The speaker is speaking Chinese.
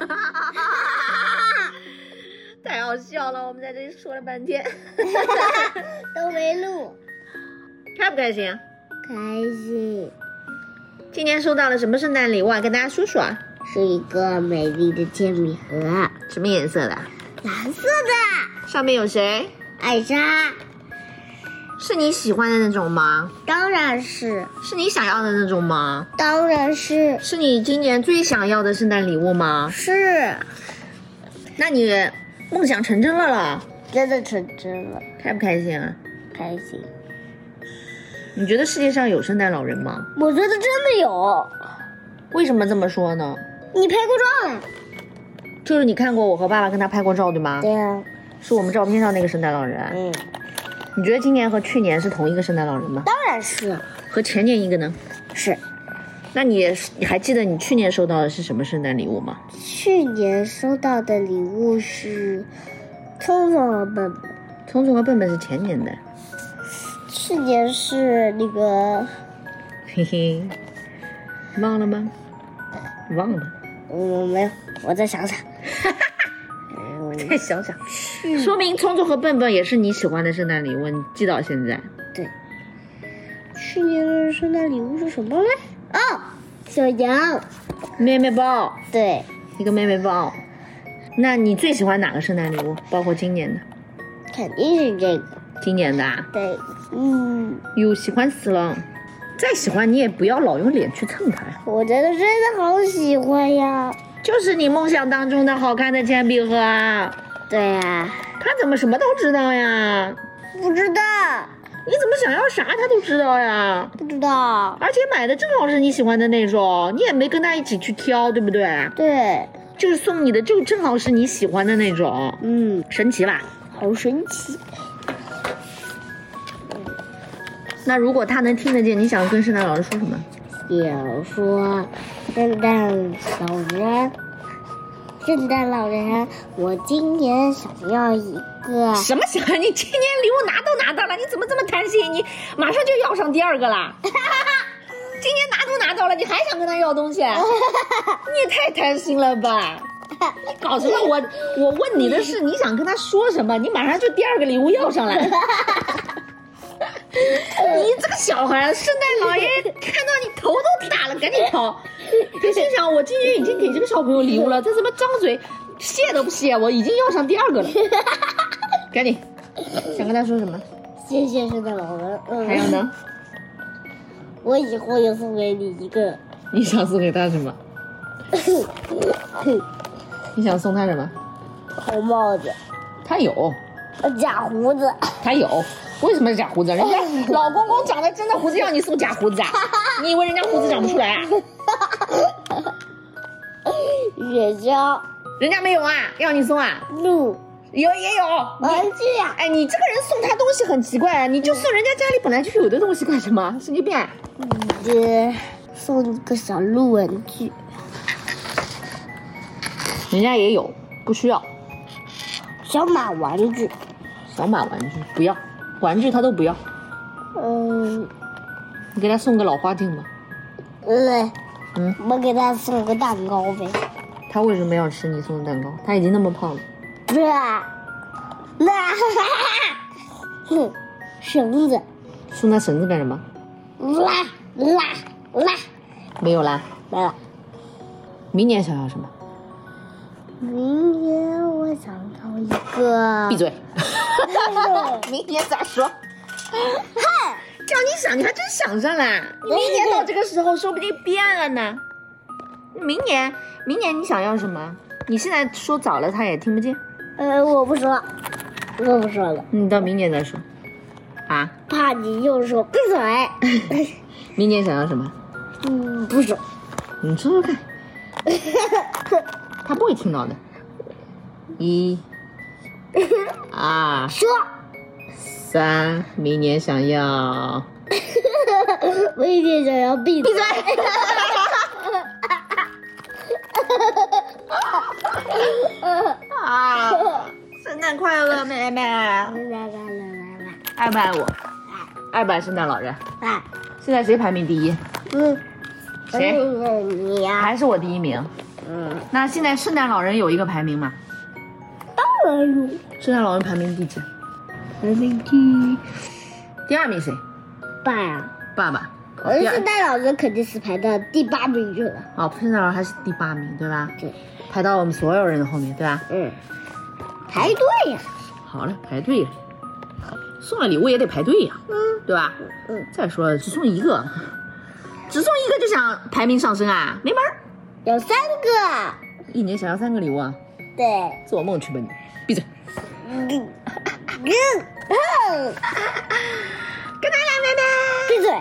太好笑了，我们在这里说了半天都没录。 开不开心？ 开心。 今年收到了什么圣诞礼物啊？跟大家说说啊。 是一个美丽的铅笔盒， 什么颜色的？ 蓝色的。 上面有谁？ 艾莎。 是你喜欢的那种吗？ 当然是。 是你想要的那种吗？ 当然是。 是你今年最想要的圣诞礼物吗？ 是。 那你梦想成真了啦？ 真的成真了。 开不开心啊？ 开心。 你觉得世界上有圣诞老人吗？ 我觉得真的有。 为什么这么说呢？ 你拍过照了？ 就是你看过我和爸爸跟他拍过照对吗？ 对啊。 是我们照片上那个圣诞老人。 嗯。 你觉得今年和去年是同一个圣诞老人吗？ 当然是。 和前年一个呢？ 是。 那你还记得你去年收到的是什么圣诞礼物吗？ 去年收到的礼物是聪聪和笨笨。 聪聪和笨笨是前年的。 去年是那个， 嘿嘿，忘了吗？忘了。 没有，我再想想。 再想想，说明聪聪和笨笨也是你喜欢的圣诞礼物，你记到现在。 对。去年的圣诞礼物是什么嘞？哦，小羊。 妹妹包。 对， 一个妹妹包。那你最喜欢哪个圣诞礼物？包括今年的？ 肯定是这个。 今年的啊？ 对。 哟，喜欢死了。再喜欢你也不要老用脸去蹭它呀。 我真的好喜欢呀。就是你梦想当中的好看的铅笔盒啊。 对呀。 他怎么什么都知道呀？ 不知道。 你怎么想要啥他都知道呀？ 不知道。 而且买的正好是你喜欢的那种，你也没跟他一起去挑，对不对？ 对。 就是送你的就正好是你喜欢的那种。神奇吧？ 好神奇。 那如果他能听得见，你想跟圣诞老人说什么？ 想说，圣诞老人，我今年想要一个。 什么想？你今年礼物拿到了，你怎么这么贪心？你马上就要上第二个了。今年拿到了，你还想跟他要东西？你也太贪心了吧！你搞什么？我问你的是你想跟他说什么，你马上就第二个礼物要上来。你这个小孩，圣诞老爷看到你头都大了，赶紧跑！他心想，我今年已经给这个小朋友礼物了，他怎么张嘴谢都不谢？我已经要上第二个了，赶紧！想跟他说什么？ 谢谢圣诞老人。 还有呢？ 我以后要送给你一个。 你想送给他什么？你想送他什么？ 红帽子。 他有。 假胡子。他有。为什么是假胡子？人家老公公长得真的胡子，让你送假胡子啊？你以为人家胡子长不出来啊？ 雪橇。 人家没有啊，要你送啊？ 鹿。 也有玩具呀。 哎，你这个人送他东西很奇怪啊！你就送人家家里本来就有的东西干什么？神经病！ 送一个小鹿玩具。 人家也有，不需要。 小马玩具。 小马玩具不要，玩具他都不要。你给他送个老花镜吧。 我给他送个蛋糕呗。 他为什么要吃你送的蛋糕？他已经那么胖了。 绳子。 送他绳子干什么？ 拉。 没有啦。 没了。 明年想要什么？ 明年我想要一个。 闭嘴。明年咋说？叫你想，你还真想上了。明年到这个时候，说不定变了呢。明年你想要什么？你现在说早了，他也听不见。 我不说了。 你到明年再说。啊？ 怕你又说闭嘴。 明年想要什么？ 不说。 你说说看。他不会听到的。1、2、 说。 3，明年想要。 明年想要闭嘴。 圣诞快乐，妹妹！爱不爱我？爱不爱圣诞老人？ 爱。 现在谁排名第一？谁？ 你呀。 还是我第一名？ 那现在圣诞老人有一个排名吗？ 当然有。 圣诞老人排名第几？ 排名第2名谁？ 爸呀。 爸爸。 圣诞老人肯定是排到第8名去了。 哦，圣诞老人还是第8名，对吧？ 对。 排到我们所有人的后面，对吧？ 排队呀。 好了，排队了。送了礼物也得排队呀，对吧？再说只送一个就想排名上升啊，没门儿。 有3个。 一年想要3个礼物啊？ 对。做梦去吧你！闭嘴。跟他来，妹妹。 闭嘴。